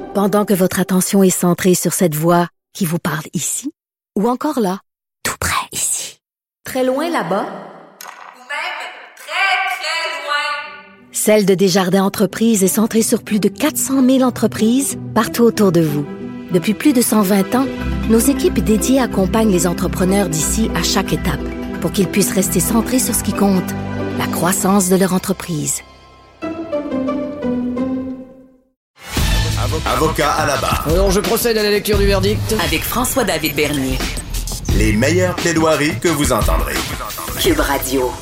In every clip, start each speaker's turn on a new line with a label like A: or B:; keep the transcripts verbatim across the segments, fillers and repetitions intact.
A: Pendant que votre attention est centrée sur cette voix qui vous parle ici, ou encore là, tout près ici, très loin là-bas,
B: ou même très, très loin.
A: Celle de Desjardins Entreprises est centrée sur plus de quatre cent mille entreprises partout autour de vous. Depuis plus de cent vingt ans, nos équipes dédiées accompagnent les entrepreneurs d'ici à chaque étape pour qu'ils puissent rester centrés sur ce qui compte, la croissance de leur entreprise.
C: Avocat à la barre.
D: Alors, je procède à la lecture du verdict.
E: Avec François-David Bernier.
C: Les meilleures plaidoiries que vous entendrez.
E: Cube Radio.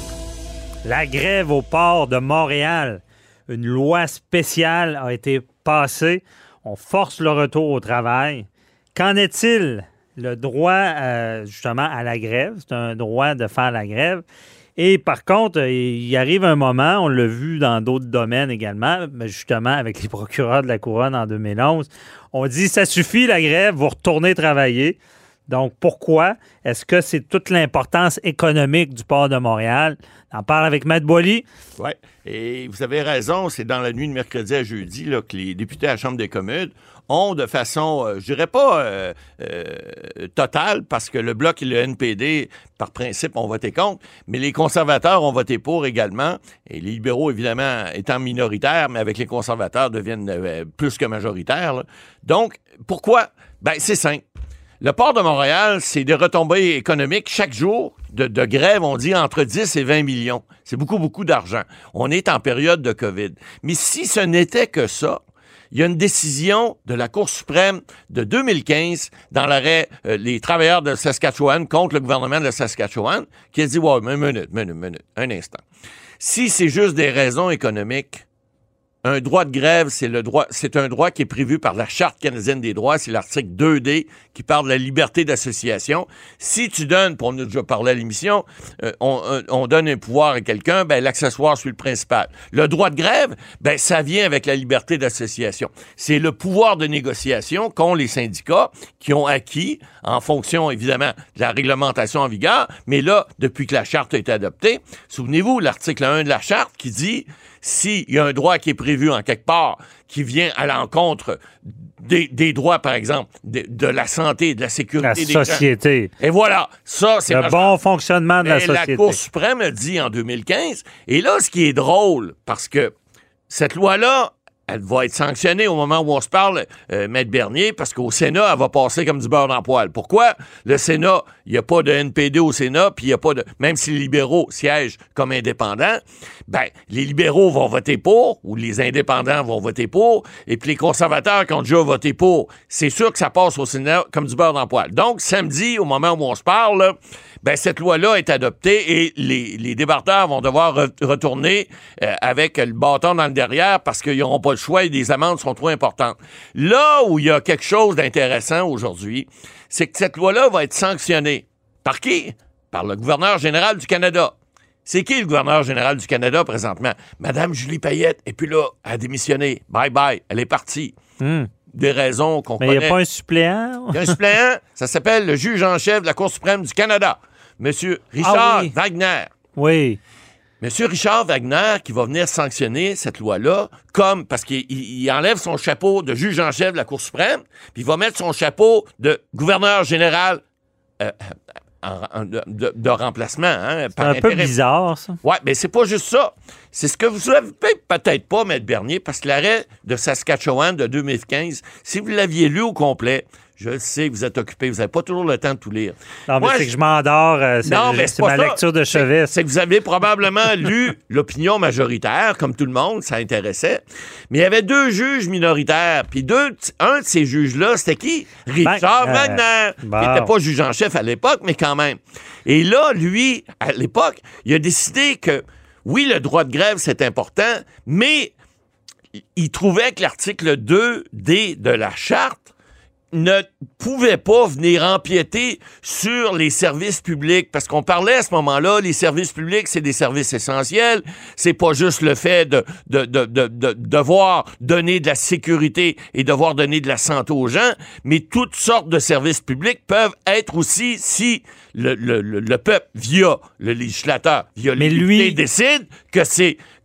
F: La grève au port de Montréal. Une loi spéciale a été passée. On force le retour au travail. Qu'en est-il? Le droit, euh, justement, à la grève. C'est un droit de faire la grève. Et par contre, il arrive un moment, on l'a vu dans d'autres domaines également, mais justement avec les procureurs de la Couronne en deux mille onze, on dit ça suffit la grève, vous retournez travailler. Donc pourquoi? Est-ce que c'est toute l'importance économique du port de Montréal? On en parle avec Matt Boily.
G: Oui, et vous avez raison, c'est dans la nuit de mercredi à jeudi là, que les députés à la Chambre des communes ont de façon, euh, je dirais pas euh, euh, totale, parce que le Bloc et le N P D, par principe, ont voté contre, mais les conservateurs ont voté pour également, et les libéraux, évidemment, étant minoritaires, mais avec les conservateurs, deviennent euh, plus que majoritaires. Là. Donc, pourquoi? Ben, c'est simple. Le port de Montréal, c'est des retombées économiques chaque jour de, de grève, on dit entre dix et vingt millions. C'est beaucoup, beaucoup d'argent. On est en période de COVID. Mais si ce n'était que ça, il y a une décision de la Cour suprême de deux mille quinze dans l'arrêt euh, les travailleurs de Saskatchewan contre le gouvernement de Saskatchewan qui a dit « Ouais, mais une minute, minute, minute, un instant. Si c'est juste des raisons économiques, un droit de grève, c'est le droit, c'est un droit qui est prévu par la Charte canadienne des droits, c'est l'article deux D qui parle de la liberté d'association. Si tu donnes, pour nous déjà parler à l'émission, euh, on, on donne un pouvoir à quelqu'un, ben l'accessoire suit le principal. Le droit de grève, ben ça vient avec la liberté d'association. C'est le pouvoir de négociation qu'ont les syndicats qui ont acquis en fonction, évidemment, de la réglementation en vigueur, mais là, depuis que la Charte a été adoptée, souvenez-vous, l'article un de la Charte qui dit s'il y a un droit qui est prévu en quelque part, qui vient à l'encontre des, des droits, par exemple, de, de la santé, de la sécurité
F: la
G: des
F: société.
G: gens. Et voilà, ça, c'est...
F: Le
G: majeur.
F: bon fonctionnement de la
G: et
F: société.
G: La Cour suprême a dit en deux mille quinze, et là, ce qui est drôle, parce que cette loi-là, elle va être sanctionnée au moment où on se parle, euh, Maître Bernier, parce qu'au Sénat, elle va passer comme du beurre dans le poêle. Pourquoi? Le Sénat, il n'y a pas de N P D au Sénat, puis il n'y a pas de... Même si les libéraux siègent comme indépendants, ben, les libéraux vont voter pour, ou les indépendants vont voter pour, et puis les conservateurs qui ont déjà voté pour, c'est sûr que ça passe au Sénat comme du beurre dans le poêle. Donc, samedi, au moment où on se parle, là, ben, cette loi-là est adoptée et les, les débardeurs vont devoir re- retourner euh, avec le bâton dans le derrière parce qu'ils n'auront pas le choix et les amendes seront trop importantes. Là où il y a quelque chose d'intéressant aujourd'hui, c'est que cette loi-là va être sanctionnée. Par qui? Par le gouverneur général du Canada. C'est qui le gouverneur général du Canada présentement? Madame Julie Payette. Et puis là, elle a démissionné. Bye-bye. Elle est partie.
F: Hum.
G: Des raisons qu'on
F: Mais
G: connaît.
F: il n'y a pas un suppléant?
G: Il y a un suppléant, ça s'appelle le juge en chef de la Cour suprême du Canada, M. Richard
F: ah oui.
G: Wagner.
F: Oui.
G: M. Richard Wagner qui va venir sanctionner cette loi-là comme, parce qu'il il enlève son chapeau de juge en chef de la Cour suprême, puis il va mettre son chapeau de gouverneur général euh, en, en, de, de, de remplacement. Hein,
F: c'est un peu bizarre, ça.
G: Oui, mais c'est pas juste ça. C'est ce que vous savez peut-être pas, Maître Bernier, parce que l'arrêt de Saskatchewan de deux mille quinze, si vous l'aviez lu au complet, je le sais, vous êtes occupé, vous n'avez pas toujours le temps de tout lire.
F: Non, mais
G: Moi,
F: c'est
G: je...
F: que je m'endors, euh, c'est,
G: non, mais
F: c'est,
G: c'est
F: c'est ma
G: ça.
F: lecture de chevet.
G: C'est, c'est que vous avez probablement lu l'opinion majoritaire, comme tout le monde, ça intéressait. Mais il y avait deux juges minoritaires, puis deux, un de ces juges-là, c'était qui? Richard
F: ben,
G: Wagner,
F: euh, bon.
G: qui n'était pas juge en chef à l'époque, mais quand même. Et là, lui, à l'époque, il a décidé que, oui, le droit de grève, c'est important, mais il trouvait que l'article deux D de la Charte ne pouvait pas venir empiéter sur les services publics, parce qu'on parlait à ce moment-là, les services publics, c'est des services essentiels, c'est pas juste le fait de, de, de, de, de devoir donner de la sécurité et devoir donner de la santé aux gens, mais toutes sortes de services publics peuvent être aussi, si le, le, le, le peuple, via le législateur, via le député, décide que c'est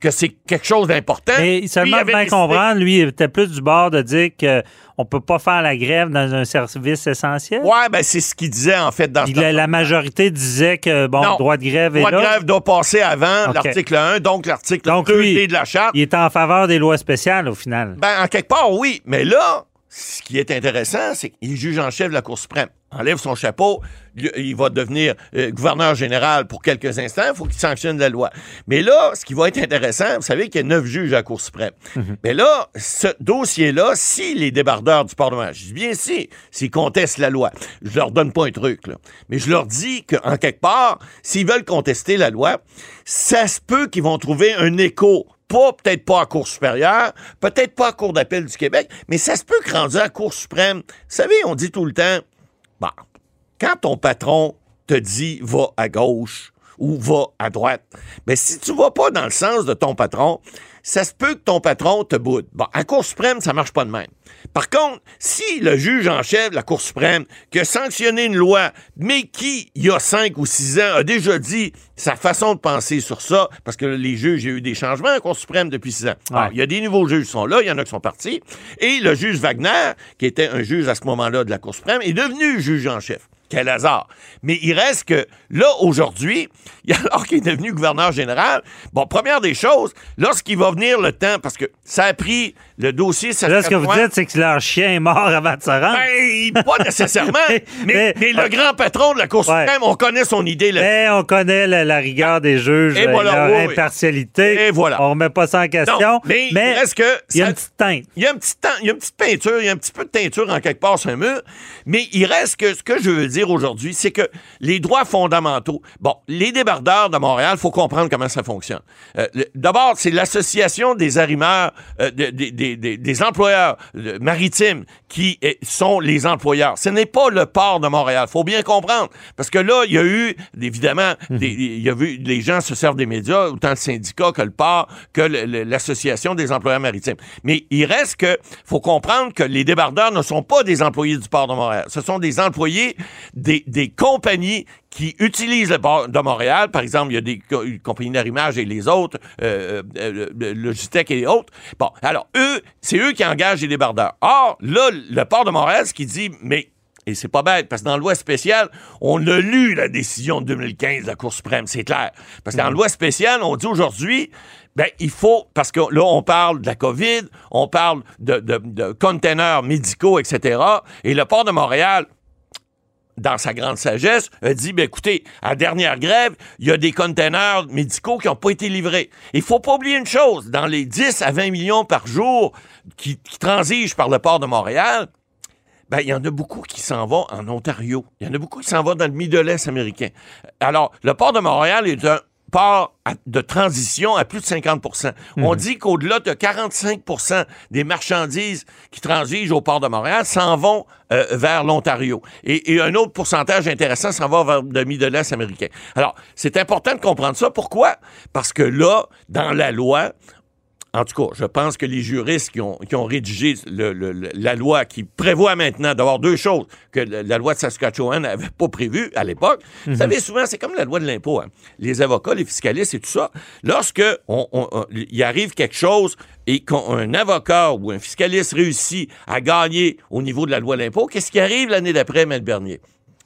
G: que c'est quelque chose d'important.
F: Mais seulement
G: Lui, il
F: bien
G: avait décidé...
F: comprendre, lui, il était plus du bord de dire qu'on ne peut pas faire la grève dans un service essentiel.
G: Ouais, ben c'est ce qu'il disait, en fait, dans
F: Puis
G: ce
F: la, la majorité disait que, bon,
G: Non.
F: le droit de grève est
G: Le droit
F: là.
G: de grève doit passer avant
F: OK.
G: l'article un, donc l'article
F: Donc,
G: deux
F: lui,
G: D de la Charte.
F: Il est en faveur des lois spéciales, au final.
G: Ben, en quelque part, oui. Mais là, ce qui est intéressant, c'est qu'il est juge en chef de la Cour suprême. Enlève son chapeau, il va devenir euh, gouverneur général pour quelques instants, il faut qu'il sanctionne la loi. Mais là, ce qui va être intéressant, vous savez qu'il y a neuf juges à la Cour suprême. Mm-hmm. Mais là, ce dossier-là, si les débardeurs du port de Montréal, je dis bien si, s'ils contestent la loi, je leur donne pas un truc, là, mais je leur dis qu'en quelque part, s'ils veulent contester la loi, ça se peut qu'ils vont trouver un écho. Pas, peut-être pas à Cour supérieure, peut-être pas à Cour d'appel du Québec, mais ça se peut que rendu à Cour suprême, vous savez, on dit tout le temps, bon, quand ton patron te dit « va à gauche » ou « va à droite », mais si tu vas pas dans le sens de ton patron, ça se peut que ton patron te boude. Bon, à Cour suprême, ça marche pas de même. Par contre, si le juge en chef de la Cour suprême qui a sanctionné une loi, mais qui, il y a cinq ou six ans, a déjà dit sa façon de penser sur ça, parce que les juges, il y a eu des changements à la Cour suprême depuis six ans. Ouais. Alors, il y a des nouveaux juges qui sont là, il y en a qui sont partis, et le juge Wagner, qui était un juge à ce moment-là de la Cour suprême, est devenu juge en chef. Quel hasard. Mais il reste que, là, aujourd'hui, alors qu'il est devenu gouverneur général, bon, première des choses, lorsqu'il va venir le temps, parce que ça a pris le dossier...
F: Là, ce que vous dites, c'est que leur chien est mort avant de se rendre.
G: Ben, pas nécessairement, mais, mais, mais le
F: ouais.
G: grand patron de la Cour suprême, ouais. on connaît son idée là-dessus.
F: Mais on connaît la, la rigueur des juges,
G: et voilà,
F: leur
G: oui,
F: impartialité.
G: Et voilà.
F: On remet pas ça en question.
G: Non, mais,
F: mais
G: il reste que...
F: Il y a une petite teinte.
G: Il y a une petite, teinte, il y a une petite peinture, il y a un petit peu de teinture en quelque part sur un mur, mais il reste que ce que je veux dire aujourd'hui, c'est que les droits fondamentaux, bon, les débardeurs de Montréal, il faut comprendre comment ça fonctionne. Euh, le, d'abord, c'est l'association des arrimeurs, euh, des, des, des, des employeurs euh, maritimes qui est, sont les employeurs. Ce n'est pas le port de Montréal. Il faut bien comprendre. Parce que là, il y a eu, évidemment, des, il y a vu, les gens se servent des médias, autant le syndicat que le port, que le, le, l'association des employeurs maritimes. Mais il reste que, faut comprendre que les débardeurs ne sont pas des employés du port de Montréal. Ce sont des employés des, des compagnies qui utilisent le port de Montréal. Par exemple, il y a des co- compagnies d'arrimage et les autres, euh, euh, Logitech et les autres. Bon, alors, eux, c'est eux qui engagent les débardeurs. Or, là, le port de Montréal, ce qui dit, mais, et c'est pas bête, parce que dans la loi spéciale, on a lu la décision de deux mille quinze de la Cour suprême, c'est clair. Parce que dans la loi spéciale, on dit aujourd'hui, ben, il faut, parce que là, on parle de la COVID, on parle de, de, de containers médicaux, et cetera. Et le port de Montréal, dans sa grande sagesse, a dit, ben écoutez, à la dernière grève, il y a des containers médicaux qui n'ont pas été livrés. Il faut pas oublier une chose, dans les dix à vingt millions par jour qui, qui transigent par le port de Montréal, ben il y en a beaucoup qui s'en vont en Ontario. Il y en a beaucoup qui s'en vont dans le Middle-Est américain. Alors, le port de Montréal est un port de transition à plus de cinquante pour cent. Mmh. On dit qu'au-delà de quarante-cinq pour cent des marchandises qui transigent au port de Montréal s'en vont euh, vers l'Ontario. Et, et un autre pourcentage intéressant s'en va vers le Middle-Est américain. Alors, c'est important de comprendre ça. Pourquoi? Parce que là, dans la loi, en tout cas, je pense que les juristes qui ont, qui ont rédigé le, le, la loi qui prévoit maintenant d'avoir deux choses que la loi de Saskatchewan n'avait pas prévues à l'époque. Mm-hmm. Vous savez, souvent, c'est comme la loi de l'impôt. Hein. Les avocats, les fiscalistes et tout ça, lorsque on, on, on, il arrive quelque chose et qu'un avocat ou un fiscaliste réussit à gagner au niveau de la loi de l'impôt, qu'est-ce qui arrive l'année d'après, M. Bernier?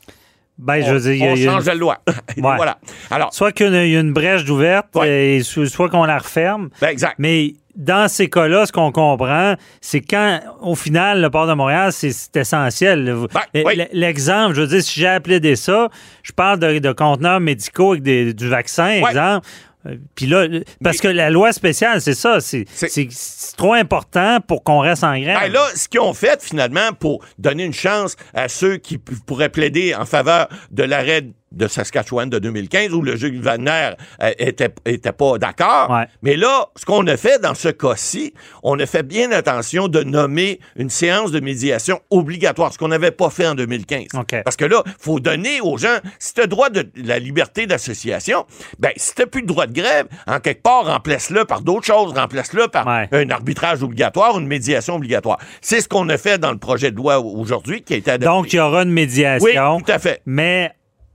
F: Ben, je
G: on,
F: veux dire,
G: on
F: y a
G: change
F: une...
G: la loi.
F: Ouais.
G: Voilà. Alors,
F: soit qu'il y a une brèche d'ouverte, ouais. et soit qu'on la referme.
G: Ben, exact.
F: Mais dans ces cas-là, ce qu'on comprend, c'est quand, au final, le port de Montréal, c'est, c'est essentiel.
G: Ben, oui.
F: L'exemple, je veux dire, si j'ai appelé des ça, je parle de, de conteneurs médicaux avec des, du vaccin, ouais. exemple. Puis là, parce que la loi spéciale, c'est ça, c'est, c'est... c'est, c'est trop important pour qu'on reste en grève.
G: Ben là, ce qu'ils ont fait, finalement, pour donner une chance à ceux qui p- pourraient plaider en faveur de l'arrêt de Saskatchewan de deux mille quinze, où le juge Wagner euh, était, était pas d'accord.
F: Ouais.
G: Mais là, ce qu'on a fait dans ce cas-ci, on a fait bien attention de nommer une séance de médiation obligatoire, ce qu'on n'avait pas fait en deux mille quinze.
F: Okay.
G: Parce que là, il faut donner aux gens, si tu as droit de la liberté d'association, ben si tu n'as plus le droit de grève, en quelque part, remplace-le par d'autres choses, remplace-le par
F: ouais.
G: un arbitrage obligatoire, une médiation obligatoire. C'est ce qu'on a fait dans le projet de loi aujourd'hui qui a été adopté.
F: Donc, il y aura une médiation.
G: Oui, tout à fait.
F: Mais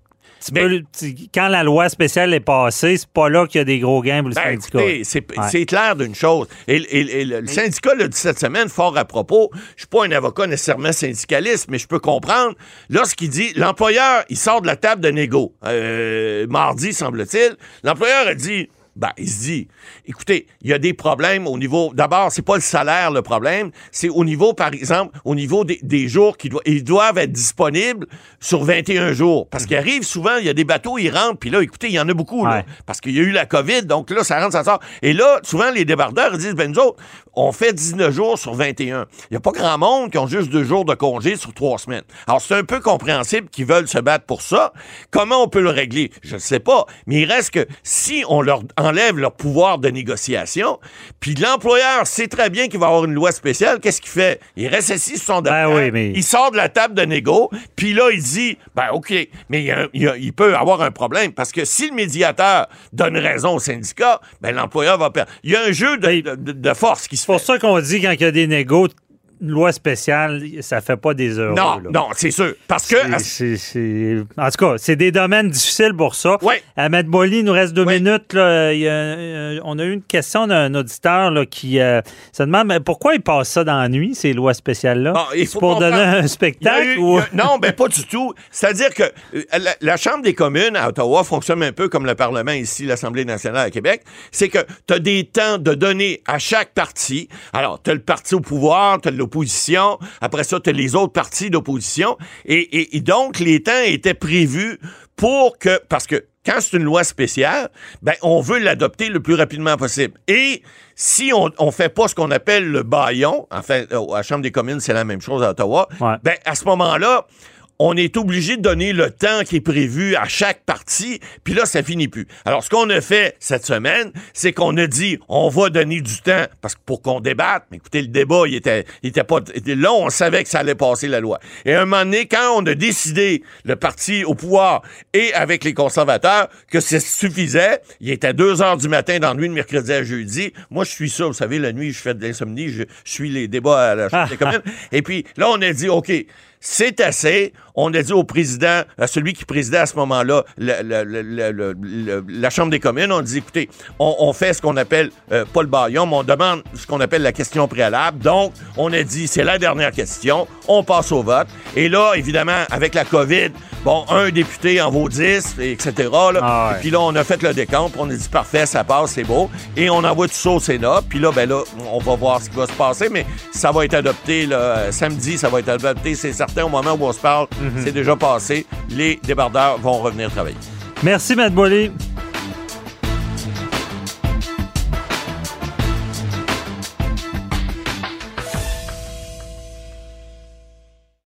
F: tu
G: Mais-
F: peux, tu- quand la loi spéciale est passée, c'est pas là qu'il y a des gros gains pour le
G: Ben,
F: syndicat.
G: écoutez, c'est,
F: Ouais.
G: c'est clair d'une chose. Et, et- et le, le syndicat l'a dit cette semaine, fort à propos, je suis pas un avocat nécessairement syndicaliste, mais je peux comprendre, lorsqu'il dit, l'employeur, il sort de la table de négo, euh, mardi, semble-t-il, l'employeur a dit, ben, il se dit, écoutez, il y a des problèmes au niveau, d'abord, c'est pas le salaire le problème, c'est au niveau, par exemple, au niveau des, des jours qui doivent, ils doivent être disponibles sur vingt et un jours. Parce qu'il arrive souvent, il y a des bateaux, ils rentrent, puis là, écoutez, il y en a beaucoup, là,
F: Ouais.
G: parce qu'il y a eu la COVID, donc là, ça rentre, ça sort. Et là, souvent, les débardeurs, ils disent, ben, nous autres, on fait dix-neuf jours sur vingt et un. Il n'y a pas grand monde qui ont juste deux jours de congé sur trois semaines. Alors, c'est un peu compréhensible qu'ils veulent se battre pour ça. Comment on peut le régler? Je ne sais pas. Mais il reste que si on leur enlève leur pouvoir de négociation, puis l'employeur sait très bien qu'il va avoir une loi spéciale, qu'est-ce qu'il fait? Il reste assis sur son
F: Ben
G: derrière,
F: oui, mais-
G: il sort de la table de négo, puis là, il dit, ben OK, mais il, y a un- il y a- il peut avoir un problème, parce que si le médiateur donne raison au syndicat, ben l'employeur va perdre. Il y a un jeu de, de- de- de force qui se
F: C'est pour
G: fait.
F: ça qu'on dit, quand il y a des négos, une loi spéciale, ça fait pas des heures.
G: Non, non, c'est sûr. Parce que...
F: C'est, c'est- c'est- En tout cas, c'est des domaines difficiles pour ça.
G: Oui.
F: Ahmed Boily, il nous reste deux
G: Oui.
F: minutes. Là. Il y a, euh, on a eu une question d'un auditeur là, qui euh, se demande mais pourquoi il passe ça dans la nuit, ces lois spéciales-là?
G: Bon, il
F: c'est
G: faut
F: pour
G: comprendre.
F: donner un
G: Il y a
F: spectacle?
G: eu-
F: ou...
G: il y a- non, ben pas du tout. C'est-à-dire que euh, la, la Chambre des communes à Ottawa fonctionne un peu comme le Parlement ici, l'Assemblée nationale à Québec. C'est que tu as des temps de donner à chaque parti. Alors, tu as le parti au pouvoir, tu as l'opposition. Après ça, tu as les autres partis d'opposition. Et, et- et donc, les temps étaient prévus pour que... Parce que quand c'est une loi spéciale, ben on veut l'adopter le plus rapidement possible. Et si on on fait pas ce qu'on appelle le bâillon, enfin, à la Chambre des communes, c'est la même chose à Ottawa,
F: Ouais.
G: ben à ce moment-là, on est obligé de donner le temps qui est prévu à chaque parti, puis là, ça finit plus. Alors, ce qu'on a fait cette semaine, c'est qu'on a dit, on va donner du temps parce que pour qu'on débatte. Mais écoutez, le débat, il était, il était pas... Là, on savait que ça allait passer la loi. Et à un moment donné, quand on a décidé, le parti au pouvoir et avec les conservateurs, que ça suffisait, il était deux heures du matin dans la nuit de mercredi à jeudi. Moi, je suis ça, vous savez, la nuit, je fais de l'insomnie, je, je suis les débats à la Chambre des communes. Et puis, là, on a dit, OK, c'est assez. On a dit au président, à celui qui présidait à ce moment-là la, la, la, la, la, la- la Chambre des communes, on dit, écoutez, on, on fait ce qu'on appelle, euh, pas le bâillon, mais on demande ce qu'on appelle la question préalable. Donc, on a dit, c'est la dernière question, on passe au vote. Et là, évidemment, avec la COVID, bon, un député en vaut dix, et cetera. Là.
F: Ah ouais.
G: Puis là, on a fait le décompte, puis on a dit, parfait, ça passe, c'est beau. Et on envoie tout ça au Sénat. Puis là, ben là, on va voir ce qui va se passer, mais ça va être adopté là, samedi, ça va être adopté, c'est certain. Au moment où on se parle,
F: Mm-hmm.
G: c'est déjà passé. Les débardeurs vont revenir travailler.
F: Merci, Matt Boily.